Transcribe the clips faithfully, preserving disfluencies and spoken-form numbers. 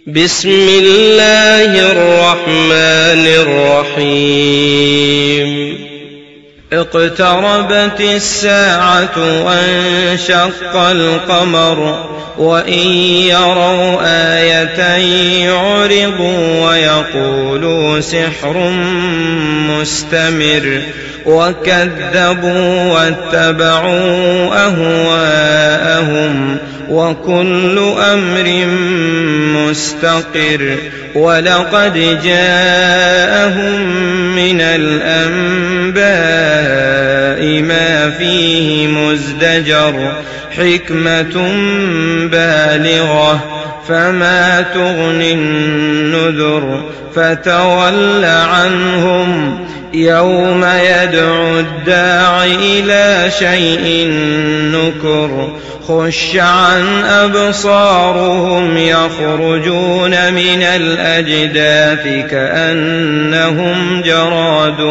بسم الله الرحمن الرحيم اقتربت الساعة وانشق القمر وإن يروا آية يعرضوا ويقولوا سحر مستمر وكذبوا واتبعوا أهواءهم وكل أمر مستقر ولقد جاءهم من الأنباء ما فيه مزدجر حكمة بالغة فما تغني النذر فتول عنهم يوم يدعو الداع إلى شيء نكر خش عن أبصارهم يخرجون من الأجداث كأنهم جراد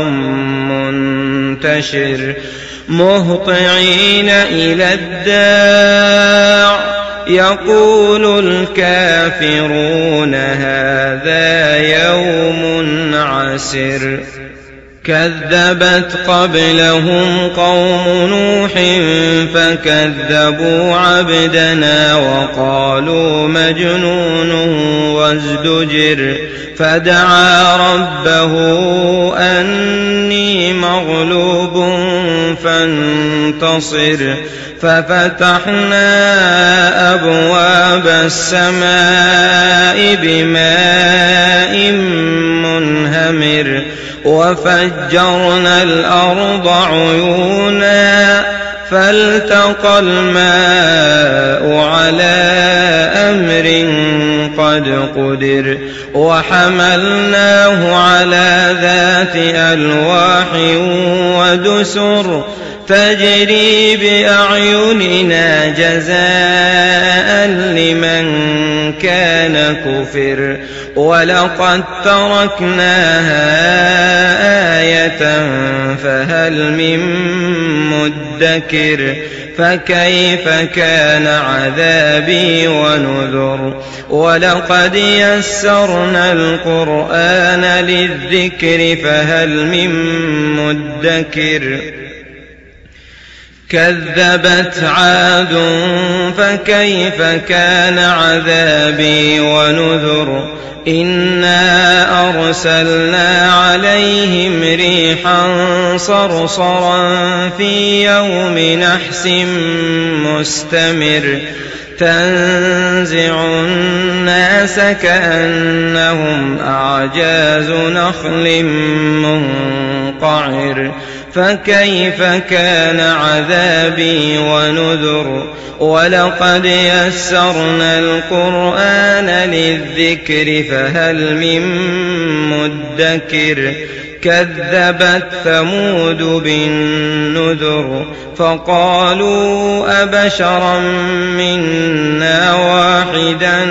منتشر مهطعين إلى الداع يقول الكافرون هذا يوم عسر كذبت قبلهم قوم نوح فكذبوا عبدنا وقالوا مجنون وازدجر فدعا ربه أني مغلوب فانتصر ففتحنا أبواب السماء بماء منهمر وفجرنا الأرض عيونا فالتقى الماء على أمر قد قدر وحملناه على ذات ألواح ودسر تجري بأعيننا جزاء لمن كان كفر ولقد تركناها آية فهل من مدكر فكيف كان عذابي ونذر ولقد يسرنا القرآن للذكر فهل من مدكر كذبت عاد فكيف كان عذابي ونذر إنا أرسلنا عليهم ريحا صرصرا في يوم نحس مستمر تنزع الناس كأنهم أعجاز نخل منقعر فكيف كان عذابي ونذر ولقد يسرنا القرآن للذكر فهل من مدكر كذبت ثمود بالنذر فقالوا أبشرا منا واحدا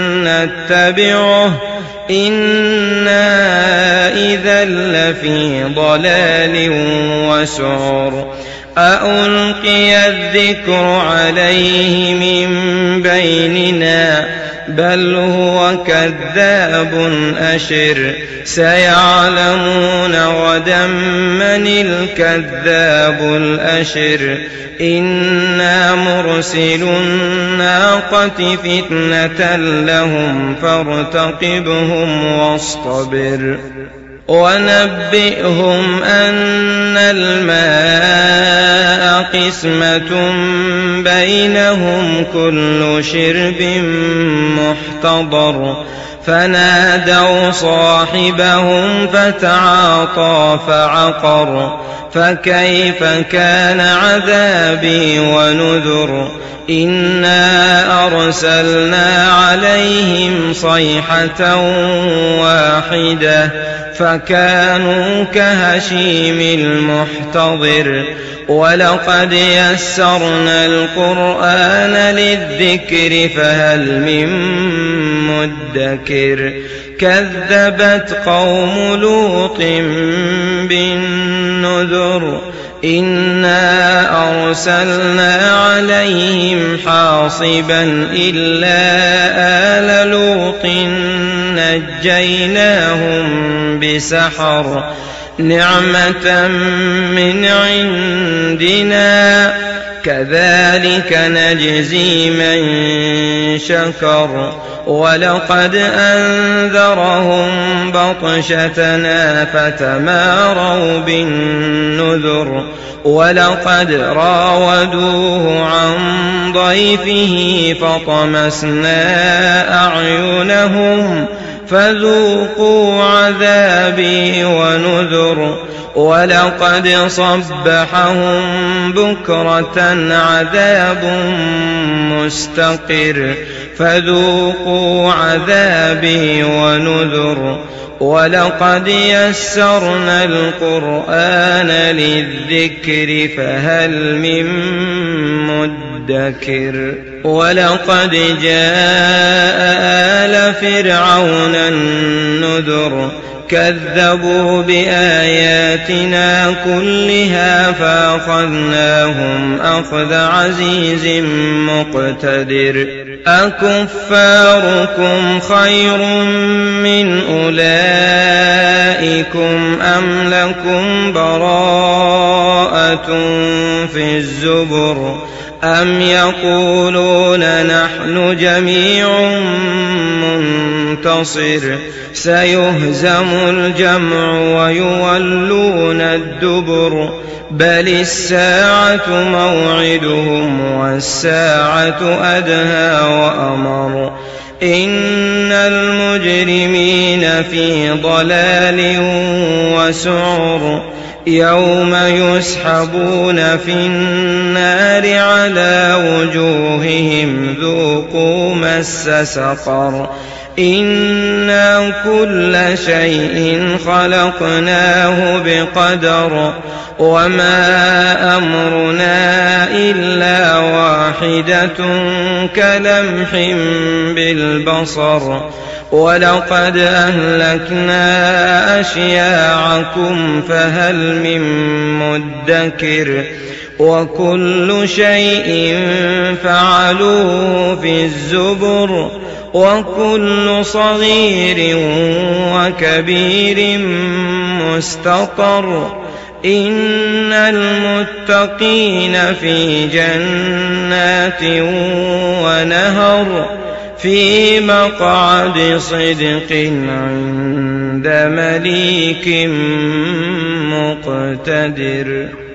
نتبعه إنا إذا لفي ضلال وسعر أألقي الذكر عليه من بيننا بل هو كذاب أشر سيعلمون غدا من الكذاب الأشر إنا مرسل الناقة فتنة لهم فارتقبهم واصطبر ونبئهم أن الماء قسمة بينهم كل شرب محتضر فنادوا صاحبهم فتعاطى فعقر فكيف كان عذابي ونذر إنا أرسلنا عليهم صيحة واحدة فكانوا كهشيم المحتضر ولقد يسرنا القرآن للذكر فهل من مدكر كذبت قوم لوط بالنذر إنا أرسلنا عليهم حاصبا إلا آل لوط لوط نجيناهم بسحر نعمة من عندنا كذلك نجزي من شكر ولقد أنذرهم بطشتنا فتماروا بالنذر ولقد راودوه عن ضيفه فطمسنا أعينهم فذوقوا عذابي ونذر ولقد صبحهم بكرة عذاب مستقر فذوقوا عذابي ونذر ولقد يسرنا القرآن للذكر فهل من مدكر ولقد جاء آل فرعون النذر كذبوا بآياتنا كلها فأخذناهم أخذ عزيز مقتدر أكفاركم خير من أولئكم أم لكم براءة في الزبر أم يقولون نحن جميع منتصر سيهزم الجمع ويولون الدبر بل الساعة موعدهم والساعة أدهى وأمر إن المجرمين في ضلال وسعر يوم يسحبون في النار على وجوههم ذوقوا مس سقر إنا كل شيء خلقناه بقدر وما أمرنا إلا واحدة كلمح بالبصر ولقد أهلكنا أشياعكم فهل من مدكر وكل شيء فعلوه في الزبر وكل صغير وكبير مستطر إن المتقين في جنات ونهر في مقعد صدق عند مليك مقتدر.